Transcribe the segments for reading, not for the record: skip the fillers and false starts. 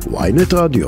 ynet רדיו.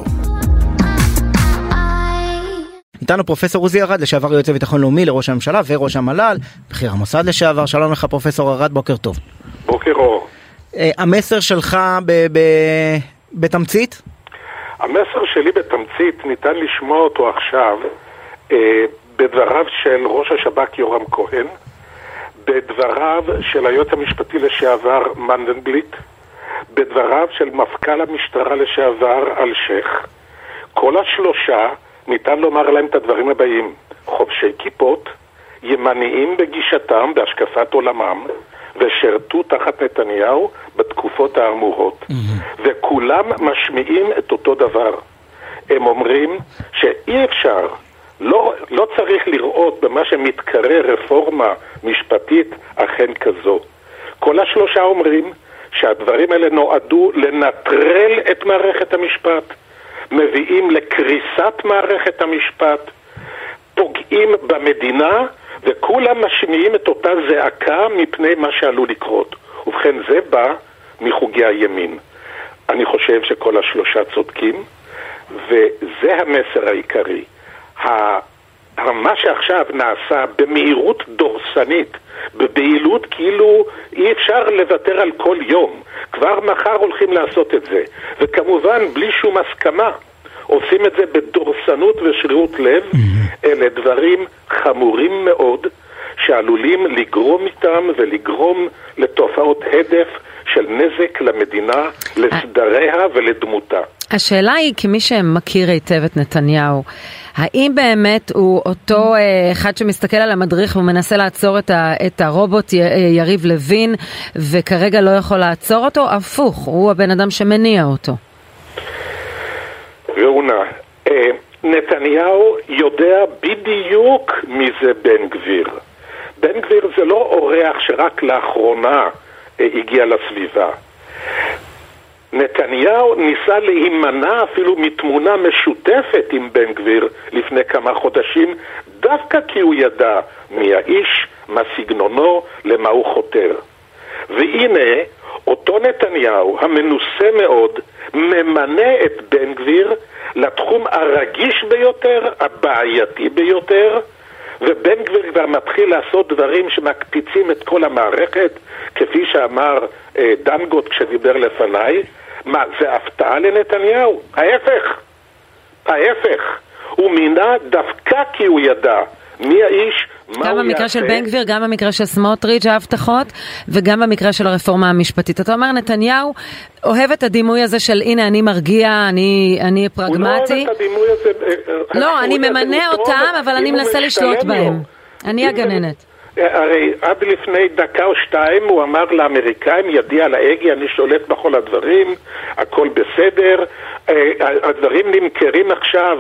איתנו פרופסור עוזי ארד, לשעבר יועץ ביטחון לאומי לראש הממשלה וראש המל"ל, בכיר המוסד לשעבר. שלום לך פרופסור ארד, בוקר טוב. בוקר אור. המסר שלך בתמצית? המסר שלי בתמצית ניתן לשמוע אותו עכשיו בדבריו של ראש השב"כ יורם כהן, בדבריו של היועץ המשפטי לשעבר מנדלבליט, בדבריו של מפכ"ל המשטרה לשעבר אלשיך. כל השלושה ניתן לומר להם את הדברים הבאים: חובשי כיפות, ימניים בגישתם, בהשקפת עולמם, ושרתו תחת נתניהו בתקופות האמורות. וכולם משמיעים את אותו דבר. הם אומרים שאי אפשר, לא צריך לראות במה שמתקרא רפורמה משפטית אכן כזו. כל השלושה אומרים שהדברים האלה נועדו לנטרל את מערכת המשפט, מביאים לקריסת מערכת המשפט, פוגעים במדינה, וכולם משמיעים את אותה זעקה מפני מה שעלול לקרות. ובכן, זה בא מחוגי הימין. אני חושב שכל השלושה צודקים, וזה המסר העיקרי. מה שעכשיו נעשה במהירות דורסנית, בבהילות כאילו אי אפשר לוותר על כל יום. כבר מחר הולכים לעשות את זה, וכמובן בלי שום הסכמה. עושים את זה בדורסנות ושרירות לב. אלה דברים חמורים מאוד שעלולים לגרום איתם ולגרום לתופעות הדף של נזק למדינה, לסדריה ולדמותה. השאלה היא, כמי שמכיר היטב את נתניהו, האם באמת הוא אותו אחד שמסתכל על המדריך ומנסה לעצור את הרובוט יריב לוין, וכרגע לא יכול לעצור אותו? הפוך, הוא הבן אדם שמניע אותו. ראונה, נתניהו יודע בדיוק מי זה בן גביר. בן גביר זה לא אורח שרק לאחרונה הגיע לסביבה. נתניהו ניסה להימנע אפילו מתמונה משותפת עם בן גביר לפני כמה חודשים, דווקא כי הוא ידע מי האיש, מה סגנונו, למה הוא חותר. והנה, אותו נתניהו המנוסה מאוד ממנה את בן גביר לתחום הרגיש ביותר, הבעייתי ביותר, ובן גביר כבר מתחיל לעשות דברים שמקפיצים את כל המערכת, כפי שאמר דנגוט כשדיבר לפניי. מה, זה הפתעה לנתניהו? ההפך. הוא מינה דווקא כי הוא ידע מי האיש, גם במקרה של בן גביר, גם במקרה של סמוטריץ' ההבטחות, וגם במקרה של הרפורמה המשפטית. אתה אומר, נתניהו אוהב את הדימוי הזה של הנה אני מרגיע, אני פרגמטי. הוא לא אוהב את הדימוי הזה. לא, אני ממנה אותם, אבל אני מנסה לשלוט בהם. אני הגננת. הרי עד לפני דקה או שתיים הוא אמר לאמריקאים, ידי על ההגה, אני שולט בכל הדברים, הכל בסדר. הדברים נמכרים עכשיו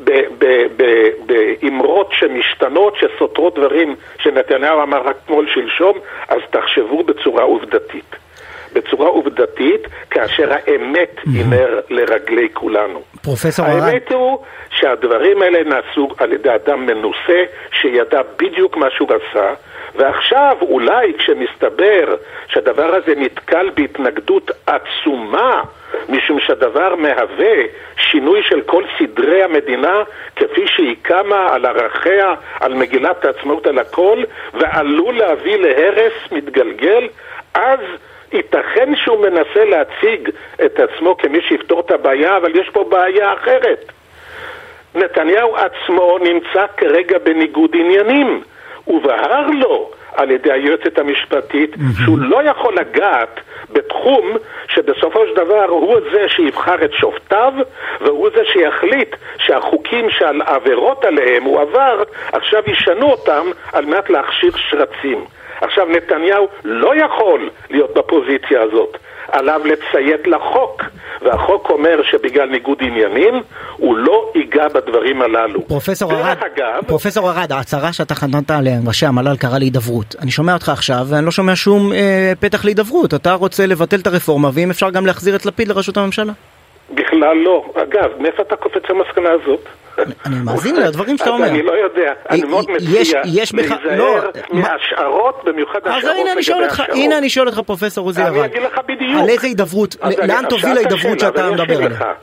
באמרות שמשתנות, שסותרות דברים שנתניהו אמר רק תמול שלשום. אז תחשבו בצורה עובדתית, כאשר האמת ינר לרגלי כולנו. האמת הוא שהדברים האלה נעשו על ידי אדם מנוסה שידע בדיוק מה שהוא עשה, ועכשיו אולי כשמסתבר שהדבר הזה נתקל בהתנגדות עצומה, משום שהדבר מהווה שינוי של כל סדרי המדינה כפי שהיא קמה על ערכיה, על מגילת העצמאות, על הכל, ועלול להביא להרס מתגלגל, אז ייתכן שהוא מנסה להציג את עצמו כמי שיפתור את הבעיה, אבל יש פה בעיה אחרת. נתניהו עצמו נמצא כרגע בניגוד עניינים. ובהר לו על ידי היועצת המשפטית שהוא לא יכול לגעת בתחום שבסופו של דבר הוא זה שיבחר את שופטיו, והוא זה שיחליט שהחוקים שעל עבירות עליהם הוא עבר, עכשיו ישנו אותם על מנת להכשיר שרצים. עכשיו נתניהו לא יכול להיות בפוזיציה הזאת, עליו לציית לחוק, והחוק אומר שבגלל ניגוד עניינים הוא לא ייגע בדברים הללו. פרופסור ארד, ההצהרה שאתה חתמת עליהם, ראשי המל"ל, קרא להידברות. אני שומע אותך עכשיו ואני לא שומע שום פתח להידברות. אתה רוצה לבטל את הרפורמה, ואם אפשר גם להחזיר את לפיד לראשות הממשלה? בכלל לא. אגב, מאיפה אתה קופץ המסקנה הזאת? אני מאזין לדברים שאתה אומר. אני לא יודע, אני מאוד מציע להיזהר מהשערות, במיוחד השערות. אז הנה אני שואל אותך פרופסור עוזי ארד. אני אגיד לך בדיוק. על איזה הידברות, לאן תוביל ההידברות שאתה מדבר עליה?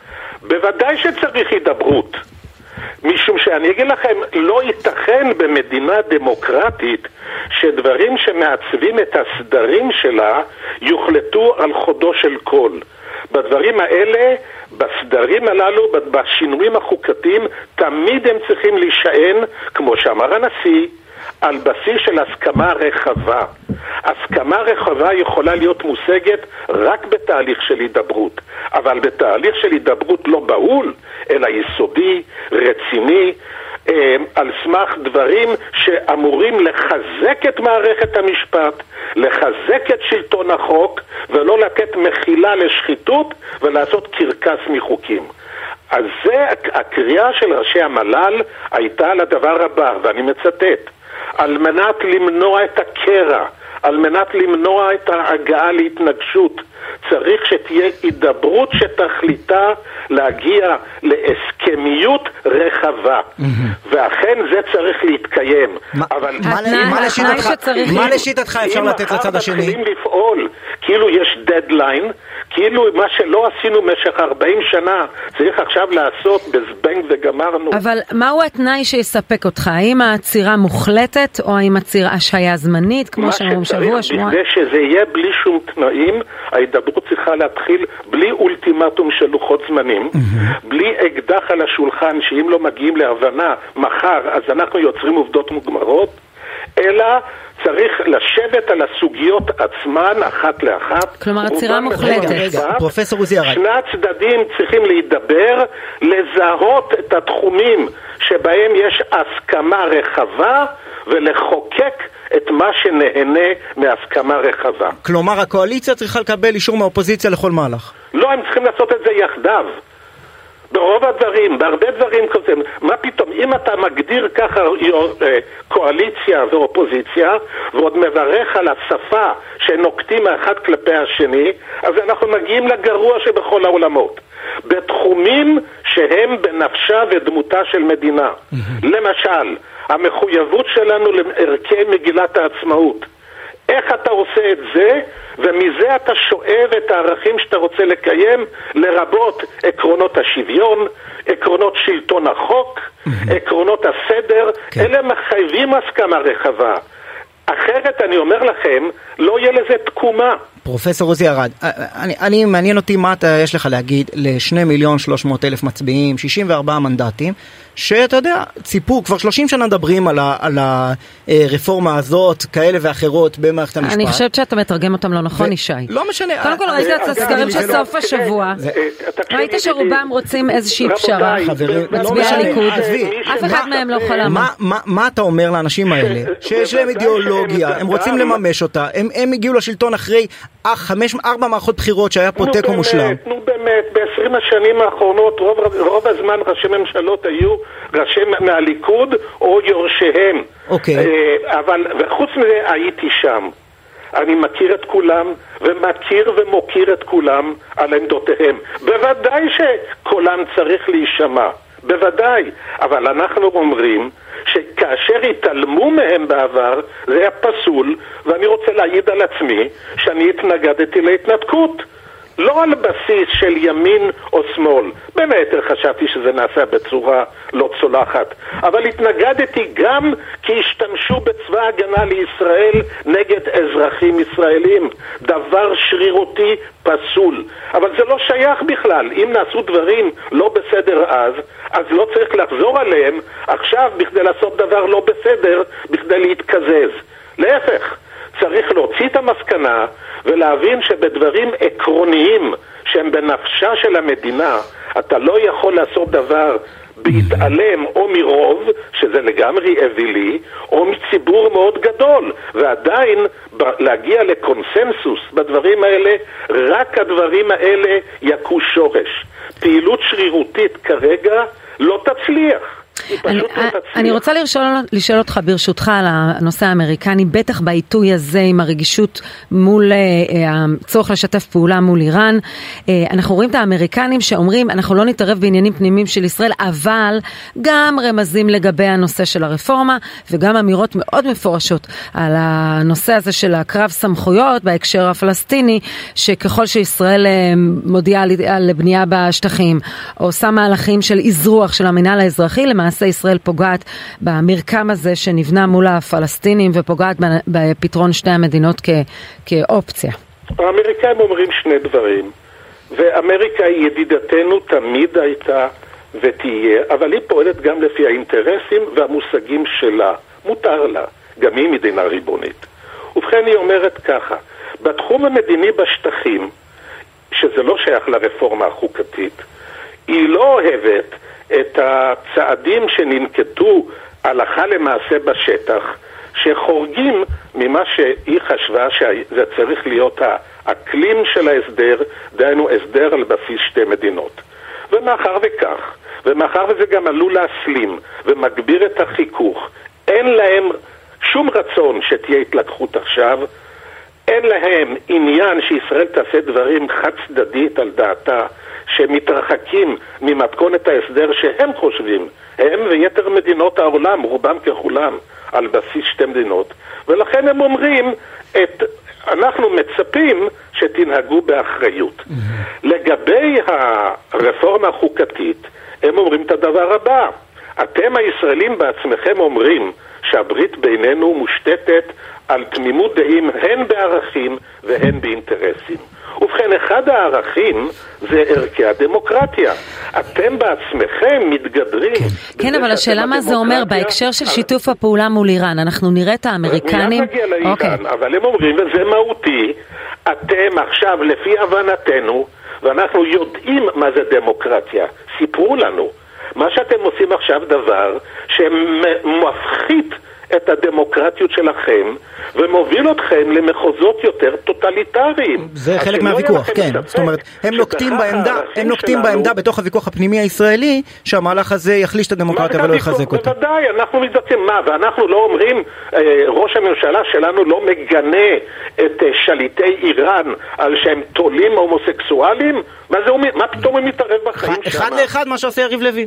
בוודאי שצריך הידברות. משום שאני אגיד לכם, לא ייתכן במדינה דמוקרטית שדברים שמעצבים את הסדרים שלה יוחלטו על חודו של קול. בדברים האלה, בסדרים הללו, בשינויים החוקתיים, תמיד הם צריכים להישען, כמו שאמר הנשיא, על בסיס של הסכמה רחבה. הסכמה רחבה יכולה להיות מושגת רק בתהליך של הידברות, אבל בתהליך של הידברות לא בהול, אלא יסודי, רציני, על סמך דברים שאמורים לחזק את מערכת המשפט, לחזק את שלטון החוק, ולא לתת מחילה לשחיתות ולעשות קרקס מחוקים. אז זה הקריאה של ראשי המל"ל הייתה על הדבר הבא, ואני מצטט, על מנת למנוע את הקרע, על מנת למנוע את ההגעה להתנגשות, צריך שתהיה הידברות שתכליתה להגיע להסכמיות רחבה. ואכן זה צריך להתקיים. אבל מה לשיטתך אפשר לתת לצד השני? אם מתחילים לפעול כאילו יש דדליין, כאילו מה שלא עשינו במשך 40 שנה צריך עכשיו לעשות בזבנג וגמרנו. אבל מהו התנאי שיספק אותך? האם העצירה מוחלטת או האם העצירה השהיה זמנית, כמו שאומרים שבוע, שבוע? כדי שזה יהיה בלי שום תנאים, ההידברות צריכה להתחיל בלי אולטימטום של לוחות זמנים, בלי אקדח על השולחן שאם לא מגיעים להבנה מחר אז אנחנו יוצרים עובדות מוגמרות, אלא צריך לשבת על הסוגיות עצמן אחת לאחת. כלומר, עצירה מוחלטת. רגע, פרופסור עוזי ארד. שני הצדדים צריכים להידבר, לזהות את התחומים שבהם יש הסכמה רחבה, ולחוקק את מה שנהנה מהסכמה רחבה. כלומר, הקואליציה צריכה לקבל אישור מהאופוזיציה לכל מהלך. לא, הם צריכים לעשות את זה יחדיו. ברוב הדברים, בהרבה דברים כזה, מה פתאום, אם אתה מגדיר ככה קואליציה ואופוזיציה, ועוד מברך על השפה שנוקטים האחד כלפי השני, אז אנחנו מגיעים לגרוע שבכל העולמות. בתחומים שהם בנפשה ודמותה של מדינה. למשל, המחויבות שלנו לערכי מגילת העצמאות. איך אתה עושה את זה, ומזה אתה שואב את הערכים שאתה רוצה לקיים, לרבות עקרונות השוויון, עקרונות שלטון החוק, עקרונות הסדר, אלה מחייבים הסכמה רחבה. אחרת אני אומר לכם, לא יהיה לזה תקומה. פרופסור עוזי ארד, מעניין אותי מה יש לך להגיד ל2,300,000 מצביעים, 64 מנדטים, שאתה יודע, ציפו, כבר 30 שנה מדברים על הרפורמה הזאת, כאלה ואחרות במערכת המשפט. אני חושבת שאתה מתרגם אותם לא נכון, ישי. לא משנה. קודם כל ראית את הסקרים של סוף השבוע. ראית שרובם רוצים איזושהי פשרה. מצביעי הליכוד. אף אחד מהם לא יכול לעמוד. מה אתה אומר לאנשים האלה? שיש להם אידיאולוגיה, הם רוצים לממש אותה, הם הגיעו לשלטון אחרי 4 מערכות בחירות שהיה פה תיקו מושלם. נו באמת, ב-20 השנים האחרונות רוב הזמן ראשי ממשלות היו ראשי מהליכוד או יורשיהם. אבל וחוץ מזה הייתי שם. אני מכיר את כולם ומכיר ומוקיר את כולם על עמדותיהם. בוודאי שקולם צריך להישמע. בוודאי. אבל אנחנו אומרים שכאשר התעלמו מהם בעבר זה היה פסול, ואני רוצה להעיד על עצמי שאני התנגדתי להתנתקות. לא על בסיס של ימין או שמאל, באמת חשבתי שזה נעשה בצורה לא צולחת, אבל התנגדתי גם כי השתמשו בצבא הגנה לישראל נגד אזרחים ישראלים, דבר שרירותי פסול. אבל זה לא שייך בכלל. אם נעשו דברים לא בסדר אז לא צריך לחזור עליהם עכשיו בכדי לעשות דבר לא בסדר, בכדי להתקזז. להפך, צריך להוציא את המסקנה ולהבין שבדברים עקרוניים שהם בנפשה של המדינה אתה לא יכול לעשות דבר בהתעלם או מרוב, שזה לגמרי אווילי, או מציבור מאוד גדול, ועדיין להגיע לקונסנסוס בדברים האלה, רק הדברים האלה יקו שורש. פעילות שרירותית כרגע לא תצליח. אני רוצה לשאול אותך ברשותך על הנושא האמריקני, בטח בעיתוי הזה עם הרגישות מול הצורך לשתף פעולה מול איראן. אנחנו רואים את האמריקנים שאומרים אנחנו לא נתערב בעניינים פנימיים של ישראל, אבל גם רמזים לגבי הנושא של הרפורמה וגם אמירות מאוד מפורשות על הנושא הזה של הקרב סמכויות בהקשר הפלסטיני, שככל שישראל מודיעה על בנייה בשטחים או עושה מהלכים של אזרוח של המינהל האזרחי, למעשה ישראל פוגעת במרקם הזה שנבנה מול הפלסטינים ופוגעת בפתרון שתי המדינות כאופציה. האמריקאים אומרים שני דברים, ואמריקה היא ידידתנו תמיד הייתה ותהיה, אבל היא פועלת גם לפי האינטרסים והמושגים שלה. מותר לה, גם היא מדינה ריבונית. ובכן היא אומרת ככה, בתחום המדיני בשטחים, שזה לא שייך לרפורמה החוקתית, היא לא אוהבת את הצעדים שננקטו הלכה למעשה בשטח, שחורגים ממה שהיא חשבה שזה צריך להיות האקלים של ההסדר, דהיינו הסדר על בסיס שתי מדינות. ומאחר וכך, ומאחר וזה גם עלול להסלים ומגביר את החיכוך, אין להם שום רצון שתהיה התלקחות עכשיו, אין להם עניין שישראל תעשה דברים חד צדדית על דעתה, שמתרחקים ממתכונת ההסדר שהם חושבים, הם ויתר מדינות העולם, רובם ככולם, על בסיס שתי מדינות, ולכן הם אומרים, אנחנו מצפים שתנהגו באחריות. לגבי הרפורמה החוקתית, הם אומרים את הדבר הבא, אתם הישראלים בעצמכם אומרים שהברית בינינו מושתתת על תמימות דעים הן בערכים והן באינטרסים. ובכן, אחד הערכים זה ערכי הדמוקרטיה. אתם בעצמכם מתגדרים. כן, אבל השאלה מה זה אומר בהקשר של שיתוף הפעולה מול איראן. אנחנו נראה את האמריקנים. מיד נגיע לאיראן, אבל הם אומרים, וזה מהותי, אתם עכשיו לפי הבנתנו, ואנחנו יודעים מה זה דמוקרטיה. סיפרו לנו. מה שאתם עושים עכשיו דבר שמפחית את הדמוקרטיות שלכם ומוביל אתכם למחוזות יותר טוטליטריים. זה חלק מהוויכוח, כן. זאת אומרת, הם נוקטים בעמדה בתוך הוויכוח הפנימי הישראלי שהמהלך הזה יחליש את הדמוקרטיה ולא יחזק אותה. בוודאי, אנחנו מתדקים מה, ואנחנו לא אומרים, ראש הממשלה שלנו לא מגנה את שליטי איראן על שהם תולים הומוסקסואלים? מה פתאום הם מתערב בחיים שם? אחד לאחד מה שעושה יריב לוין.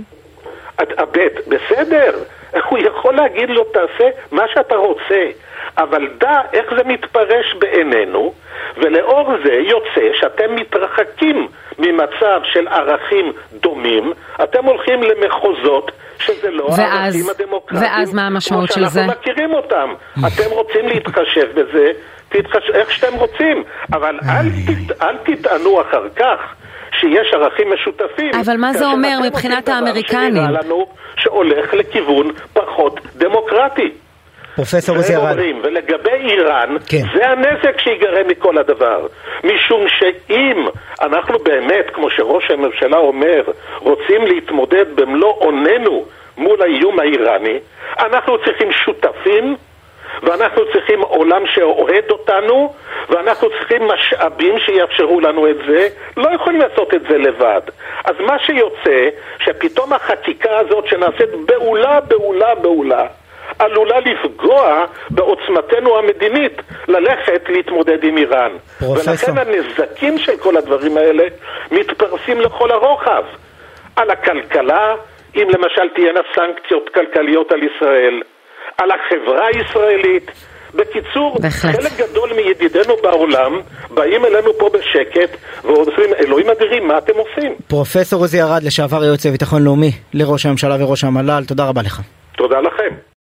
בסדר, הוא יכול להגיד לו תעשה מה שאתה רוצה, אבל דע איך זה מתפרש בעינינו, ולאור זה יוצא שאתם מתרחקים ממצב של ערכים דומים, אתם הולכים למחוזות שזה לא הערכים הדמוקרטיים, ואז מה המשמעות של זה? אנחנו מכירים אותם, אתם רוצים להתחשב בזה, איך שאתם רוצים, אבל אל תטענו אחר כך שיש ערכים משותפים. אבל מה זה אומר מבחינת האמריקנים? שהולך לכיוון פחות דמוקרטי. פרופסור עוזי ארד. ולגבי איראן, כן. זה הנזק שיגרם מכל הדבר. משום שאם אנחנו באמת, כמו שראש הממשלה אומר, רוצים להתמודד במלוא עוננו מול האיום האיראני, אנחנו צריכים שותפים, ואנחנו צריכים עולם שאוהד אותנו, ואנחנו צריכים משאבים שיאפשרו לנו את זה. לא יכולים לעשות את זה לבד. אז מה שיוצא, שפתאום החקיקה הזאת שנעשית בעולה, עלולה לפגוע בעוצמתנו המדינית ללכת להתמודד עם איראן. ולכן הנזקים של כל הדברים האלה מתפרסים לכל הרוחב. על הכלכלה, אם למשל תהיינה סנקציות כלכליות על ישראל, על החברה הישראלית. בקיצור, חלק גדול מידידינו בעולם באים אלינו פה בשקט ועושים, אלוהים אדירים, מה אתם עושים? פרופסור עוזי ארד, לשעבר יועץ לביטחון לאומי לראש הממשלה וראש המל"ל, תודה רבה לך. תודה לכם.